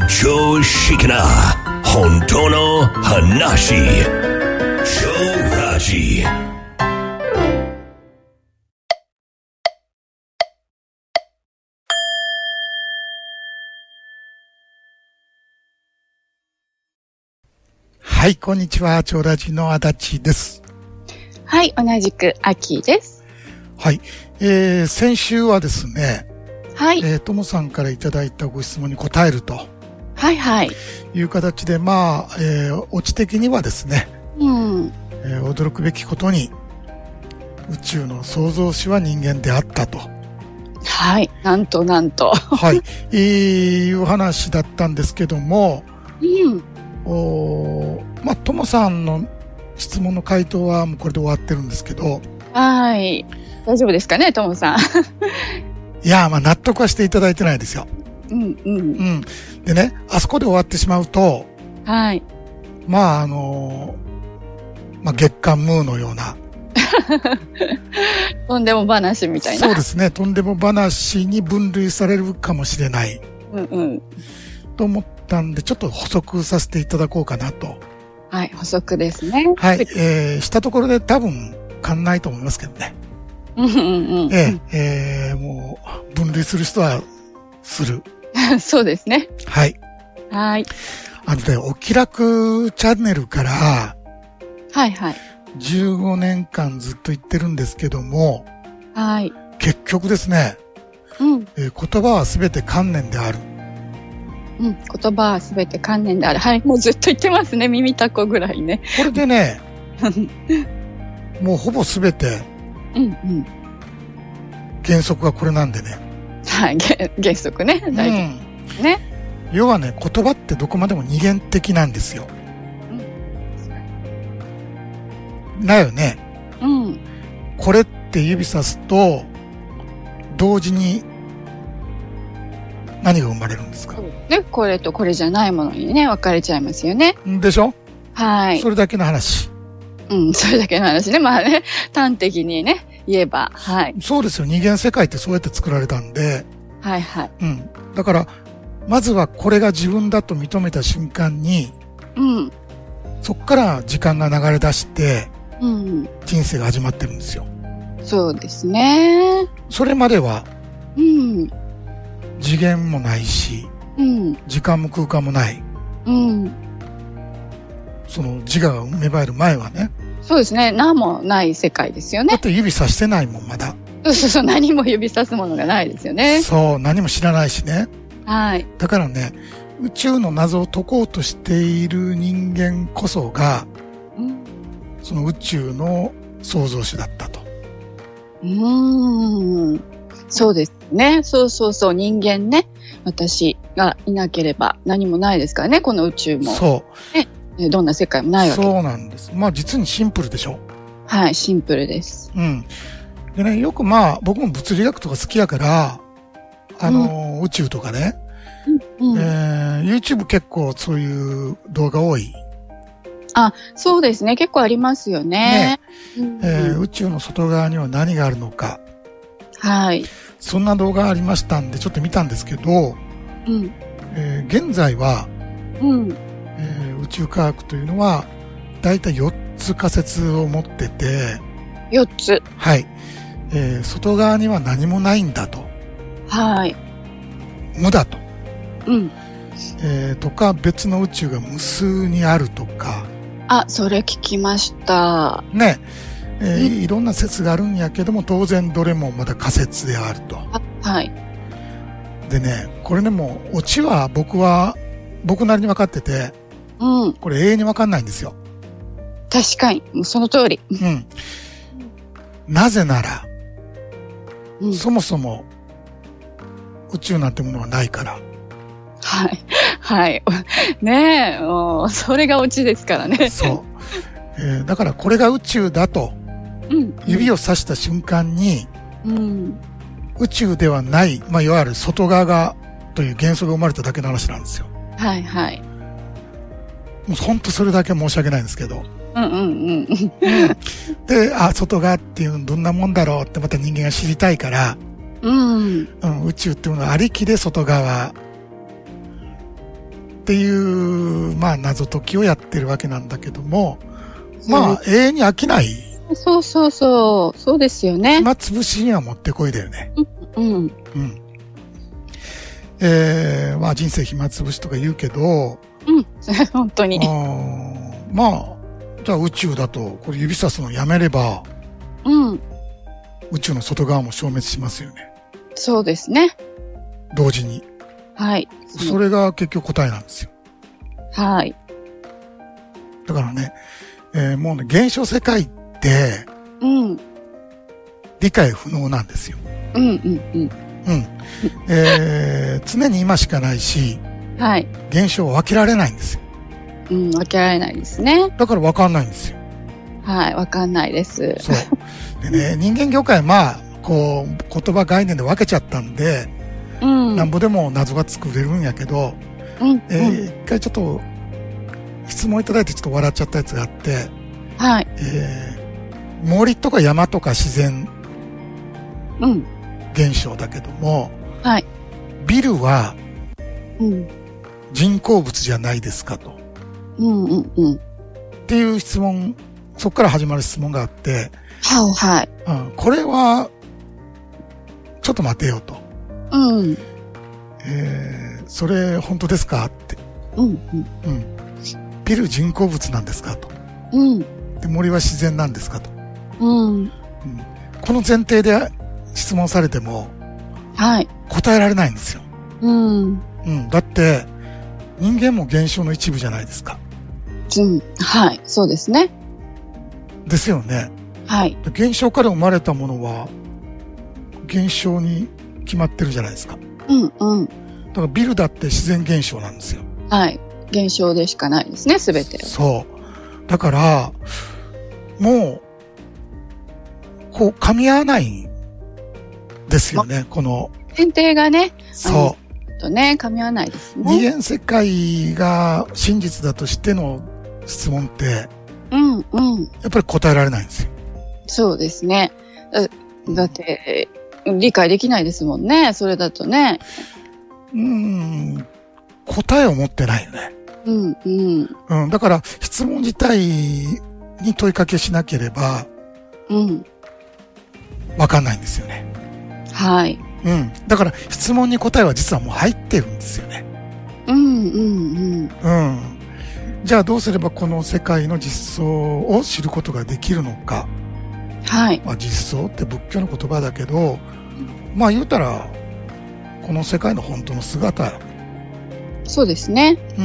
常識な本当の話。超ラジ。 はい、こんにちは。超ラジの足立です。 はい、同じくアキです。 はい、先週はですね、 はい、 ともさんからいただいたご質問に答えると、 はいはい、 いう形で、オチ的にはですね、驚くべきことに宇宙の創造主は人間であったと。 はい、なんと、 はい、いう話だったんですけども、ともさんの質問の回答はもうこれで終わってるんですけど。 はい。大丈夫ですかね、ともさん。 いや、納得はしていただいてないですよ。でね、あそこで終わってしまうと、 はい。 月刊ムーのような。 とんでも話みたいな。 そうですね、とんでも話に分類されるかもしれない。と思ったんで、ちょっと補足させていただこうかなと。 はい、補足ですね。 はい、したところで多分変わんないと思いますけどね。もう分類する人はする。 そうですね。 はい。 はい。 お気楽チャンネルから、 はいはい。 15年間ずっと言ってるんですけども、 はい。 結局ですね、言葉はすべて観念である。 言葉はすべて観念である。はい。もうずっと言ってますね。耳たこぐらいね。 これでね、もうほぼすべて、原則はこれなんでね。 はい。原則ね。大丈夫。ね。 要はね、言葉ってどこまでも二元的なんですよ。だよね。これって指さすと、同時に何が生まれるんですか？ で、これとこれじゃないものにね、分かれちゃいますよね。 でしょ？ はい。 それだけの話。 それだけの話ね。端的にね、言えば。はい。 そうですよ。二元世界ってそうやって作られたんで。 はいはい。 だから、まずはこれが自分だと認めた瞬間に、そっから時間が流れ出して、人生が始まってるんですよ。そうですね。 それまでは、次元もないし、時間も空間もない。その自我が芽生える前はね。 そうですね。何もない世界ですよね。 だって指さしてないもん、まだ。 そう、何も指さすものがないですよね。 そう、何も知らないしね。 はい。 だからね、宇宙の謎を解こうとしている人間こそが、その宇宙の創造主だったと。 そうですね。そう、人間ね。私がいなければ何もないですからね、この宇宙も。そう。どんな世界もないわけです。 そうなんです。実にシンプルでしょ。 はい、シンプルです。 でね、よく僕も物理学とか好きやから、宇宙とかね、YouTube 結構そういう動画多い。 あ、そうですね。結構ありますよね。 宇宙の外側には何があるのか。 はい。 そんな動画ありましたんで、ちょっと見たんですけど、現在は、宇宙科学というのは、だいたい4つ仮説を持ってて、 4つ。 はい。外側には何もないんだと。 はい。 無だと。とか、別の宇宙が無数にあるとか。 あ、それ聞きました。 ね。いろんな説があるんやけども、当然どれもまだ仮説であると。 はい。 でね、これね、もう、オチは僕なりに分かってて、これ永遠に分かんないんですよ。 確かに。もうその通り。 なぜなら、そもそも、宇宙なんてものはないから。 はい。はい。ねえ、もう、それがオチですからね。 そう。だからこれが宇宙だと、指を指した瞬間に、宇宙ではない、いわゆる外側が、という幻想が生まれただけの話なんですよ。 はいはい。 もう本当それだけ申し訳ないんですけど。で、外側っていうのどんなもんだろうってまた人間が知りたいから、宇宙っていうのはありきで外側っていう、まあ謎解きをやってるわけなんだけども、まあ永遠に飽きない。 そうそうそう。そうですよね。 暇つぶしにはもってこいだよね。 うん。うん。 まあ人生暇つぶしとか言うけど、 うん。本当に。 まあ、じゃあ宇宙だと、これ指さすのやめれば、 うん。 宇宙の外側も消滅しますよね。 そうですね。 同時に。 はい。 それが結局答えなんですよ。 はい。 だからね、もうね、現象世界って、 うん。 理解不能なんですよ。 うんうんうん。 うん。常に今しかないし、 はい。 現象を分けられないんですよ。 うん、分けられないですね。 だから分かんないんですよ。 はい、分かんないです。 そう。でね、人間業界まあ、こう、言葉概念で分けちゃったんで、 うん。 なんぼでも謎が作れるんやけど、 うん。 一回ちょっと、質問いただいてちょっと笑っちゃったやつがあって、 はい。 森とか山とか自然、 うん。 現象だけども、 はい。 ビルは、 うん。 人工物じゃないですかと。 うんうんうん。 っていう質問、そこから始まる質問があって、 はいはい。 うん、これは、ちょっと待てよと。 うん。 それ本当ですかって。 うんうん。 うん。ビル人工物なんですかと。 うん。 で、森は自然なんですかと。 うん。 うん、この前提で質問されても、 はい。 答えられないんですよ。 うん。 うん。だって、人間も現象の一部じゃないですか。 うん。はい。そうですね。 ですよね。 はい。 現象から生まれたものは、現象に決まってるじゃないですか。 うんうん。 だからビルだって自然現象なんですよ。 はい。現象でしかないですね、すべて。 そう。だから、もう、こう、噛み合わないんですよね、この。 前提がね。 そう。 とね、噛み合わないですね。 二元世界が真実だとしての質問って、 うんうん。 やっぱり答えられないんですよ。 そうですね。だって、理解できないですもんね、それだとね。 答えを持ってないよね。 うんうん。 うん。だから、質問自体に問いかけしなければ、 うん。 わかんないんですよね。 はい。 うん。だから、質問に答えは実はもう入ってるんですよね。 うんうんうん。 うん。じゃあどうすればこの世界の実相を知ることができるのか。 はい。 まあ実相って仏教の言葉だけど、まあ言うたら、この世界の本当の姿。 そうですね。 うん。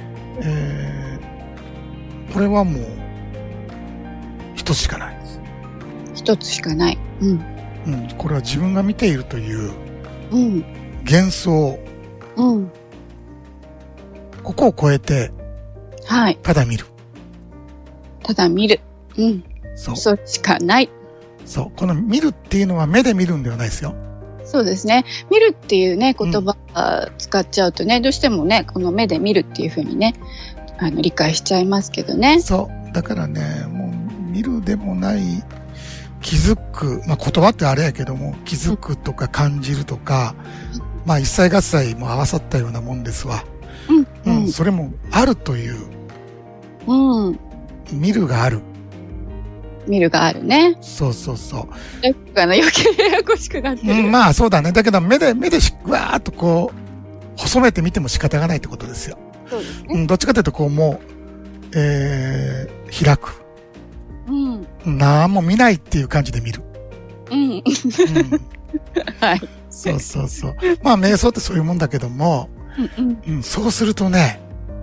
これはもう、一つしかないです。 一つしかない。うん。 うん。これは自分が見ているという、 うん。 幻想。 うん。 ここを超えて、 はい。 ただ見る。 ただ見る。うん。 そう。 そしかない。 そう。この見るっていうのは目で見るんではないですよ。 そうですね。見るっていうね、言葉使っちゃうとね、どうしてもね、この目で見るっていうふうにね、理解しちゃいますけどね。 そう。だからね、もう見るでもない、気づく、まあ言葉ってあれやけども、気づくとか感じるとか、まあ一切合切も合わさったようなもんですわ。うん。それもあるという。 うん。 見るがある。 見るがあるね。 そうそうそう。 余計ややこしくなってる。 まあそうだね。だけど目でわーっとこう、細めて見ても仕方がないってことですよ。 そうですね。 どっちかというとこうもう、開く。 うん。 なんも見ないっていう感じで見る。 うん。はい。 そうそうそう。まあ瞑想ってそういうもんだけども、そうするとね、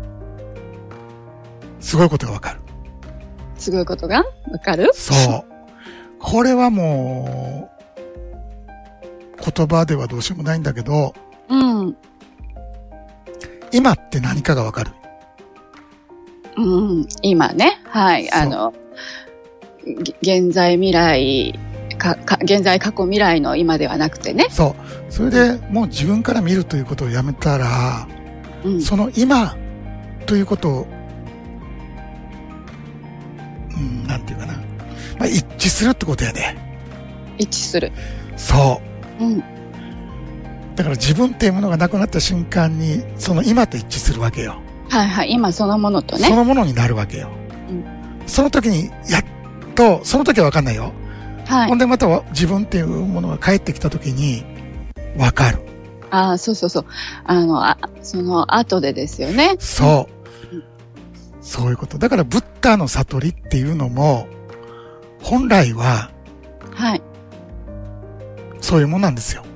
すごいことがわかる。 すごいことがわかる？ そう。これはもう、言葉ではどうしようもないんだけど、 うん。 今って何かがわかる。 うん。今ね。はい。現在未来、現在過去未来の今ではなくてね。 そう。それでもう自分から見るということをやめたら、その今ということを、なんていうかな。まあ、一致するってことやね。 一致する。 そう。 だから自分っていうものがなくなった瞬間に、その今と一致するわけよ。 はいはい。今そのものとね。 そのものになるわけよ。うん、その時に、やっと、その時はわかんないよ。はい。ほんでまた自分っていうものが帰ってきた時に、わかる。 ああ、そうそうそう。その後でですよね。 そう。うん、そういうこと。だから、ブッダの悟りっていうのも、本来は、 はい。 そういうもんなんですよ。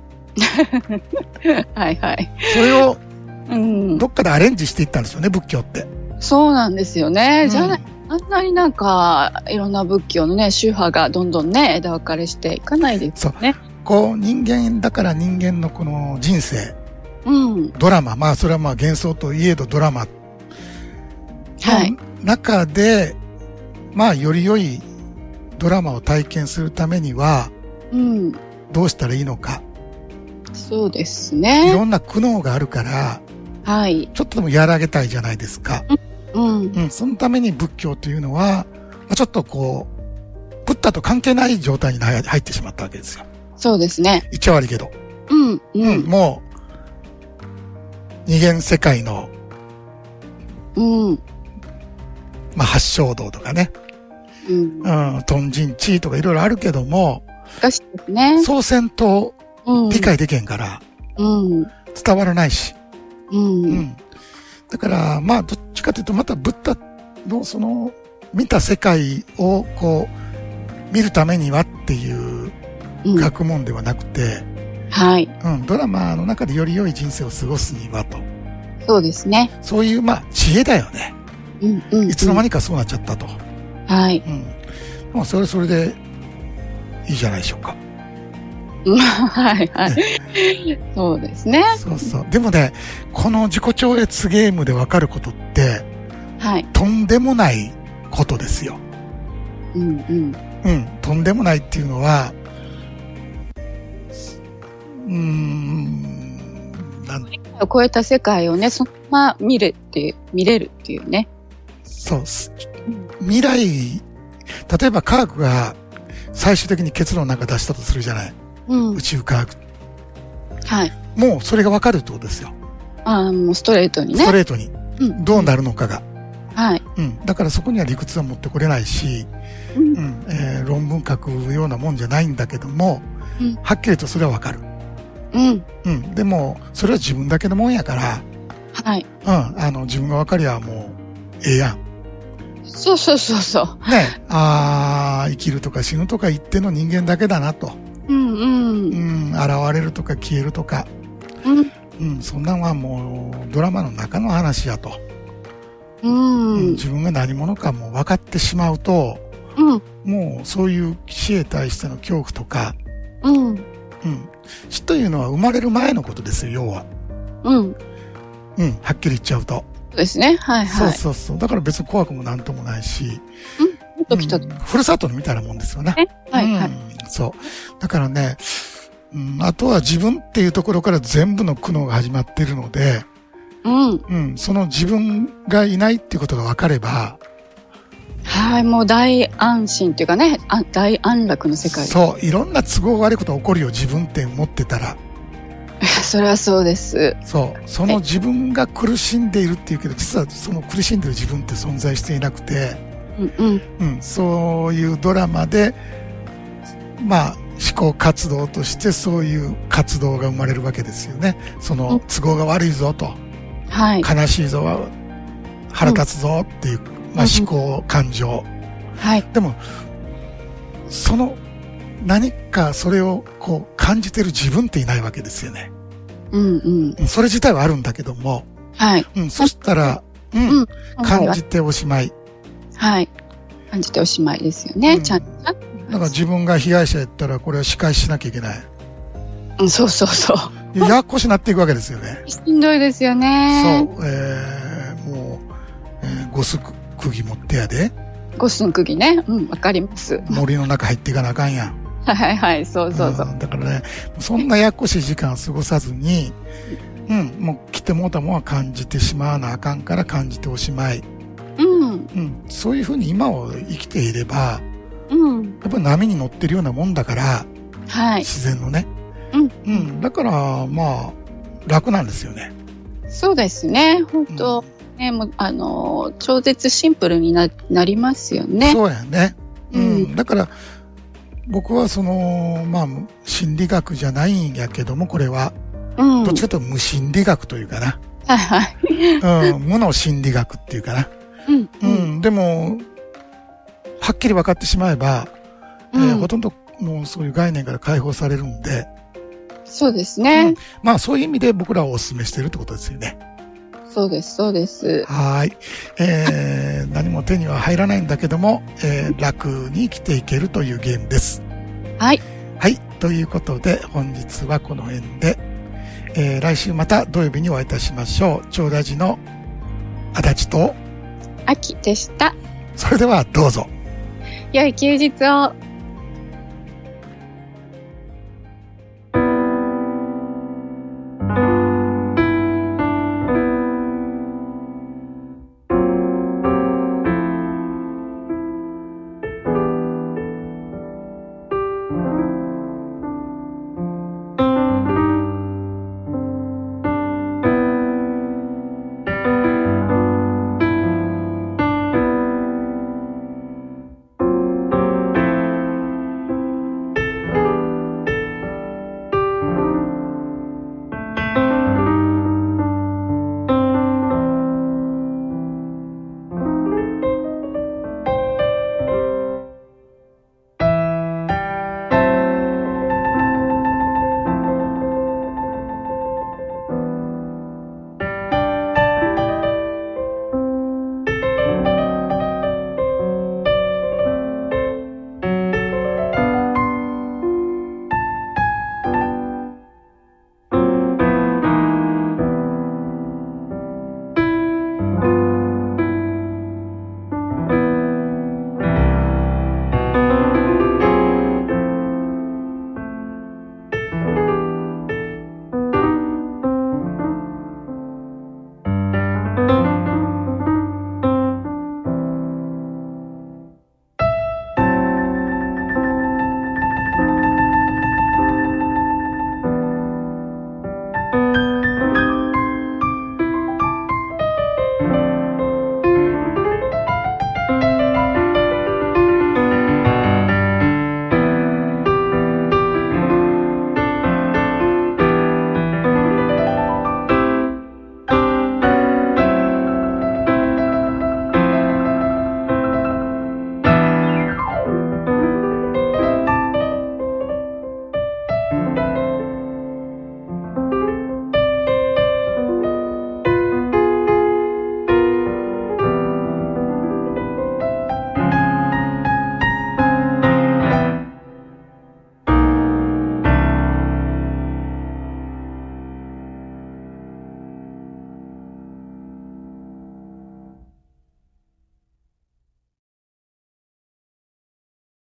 はいはい。 それを、どっかでアレンジしていったんですよね、仏教って。 そうなんですよね。じゃあ、あんなになんか、いろんな仏教のね、宗派がどんどんね、枝分かれしていかないですよね。 こう、人間だから人間のこの人生、ドラマ、まあそれはまあ幻想といえどドラマの中で、まあより良いドラマを体験するためには、どうしたらいいのか。 そうですね。 いろんな苦悩があるから、 はい。 ちょっとでも和らげたいじゃないですか。そのために仏教というのは、ちょっとこう、ブッダと関係ない状態に入ってしまったわけですよ。 そうですね。 言っちゃ悪いけど。もう、二元世界の、まあ、八正道とかね。頓人地とかいろいろあるけども、 難しいですね。 そうせんと、理解できへんから、伝わらないし。だから、まあ、どっちかというと、またブッダのその、見た世界をこう、見るためにはっていう学問ではなくて、 はい。 ドラマの中でより良い人生を過ごすにはと。 そうですね。 そういう、まあ、知恵だよね。いつの間にかそうなっちゃったと。 はい。 まあ、それで、いいじゃないでしょうか。 はいはい。そうですね。 そうそう。でもね、この自己超越ゲームで分かることって、 はい。 とんでもないことですよ。とんでもないっていうのは、 を超えた世界をね、そのまま見れるっていうね。 そう。未来、例えば科学が最終的に結論なんか出したとするじゃない。宇宙科学。 はい。 もうそれがわかるってことですよ。 もうストレートにね。 ストレートに。どうなるのかが。 はい。 だからそこには理屈は持ってこれないし、論文書くようなもんじゃないんだけども、はっきりとそれはわかる。でも、それは自分だけのもんやから、 はい。 自分がわかりゃもう、ええやん。 そう。 ね、生きるとか死ぬとか言っての人間だけだなと。現れるとか消えるとか。そんなのはもう、ドラマの中の話やと。自分が何者かも分かってしまうと、もうそういう死へ対しての恐怖とか、死というのは生まれる前のことですよ、要は。はっきり言っちゃうと。 そうですね。はいはい。 そう。だから別に怖くもなんともないし、ふるさとみたいなもんですよね。 はいはい。 そう。だからね、あとは自分っていうところから全部の苦悩が始まっているので、その自分がいないっていうことが分かれば、 はい、もう大安心っていうかね、大安楽の世界。 そう、いろんな都合悪いことが起こるよ、自分って思ってたら。 それはそうです。 そう、その自分が苦しんでいるっていうけど、実はその苦しんでいる自分って存在していなくて、そういうドラマで、まあ、思考活動としてそういう活動が生まれるわけですよね。その都合が悪いぞと、悲しいぞ、腹立つぞっていう、まあ、思考、感情。でも、その何かそれをこう感じてる自分っていないわけですよね。それ自体はあるんだけども、そしたら、感じておしまい。 感じておしまいですよね。ちゃんと。 だから自分が被害者やったらこれは仕返ししなきゃいけない。 そう。 やっこしなっていくわけですよね。 しんどいですよね。 そう、もう、ゴス釘持ってやで。 ゴスの釘ね。わかります。 森の中入っていかなあかんやん。 はい、そう。 だからね、そんなやっこしい時間を過ごさずに、もう来てもうたもんは感じてしまわなあかんから感じておしまい。そういうふうに今を生きていれば、やっぱり波に乗ってるようなもんだから、自然のね。 だから、まあ、楽なんですよね。 そうですね。本当、ね、もう、超絶シンプルになりますよね。 そうやね。だから、僕はまあ、心理学じゃないんやけども、これは、どっちかというと無心理学というかな。無の心理学っていうかな。でも、はっきり分かってしまえば、ほとんどもうそういう概念から解放されるんで。 そうですね。 まあそういう意味で僕らはお勧めしているってことですよね。 そうです、そうです。 はい。何も手には入らないんだけども、楽に生きていけるというゲームです。 はい。 はい。ということで、本日はこの辺で、来週また土曜日にお会いいたしましょう。超ラジの足立と秋でした。 それではどうぞ。 良い休日を。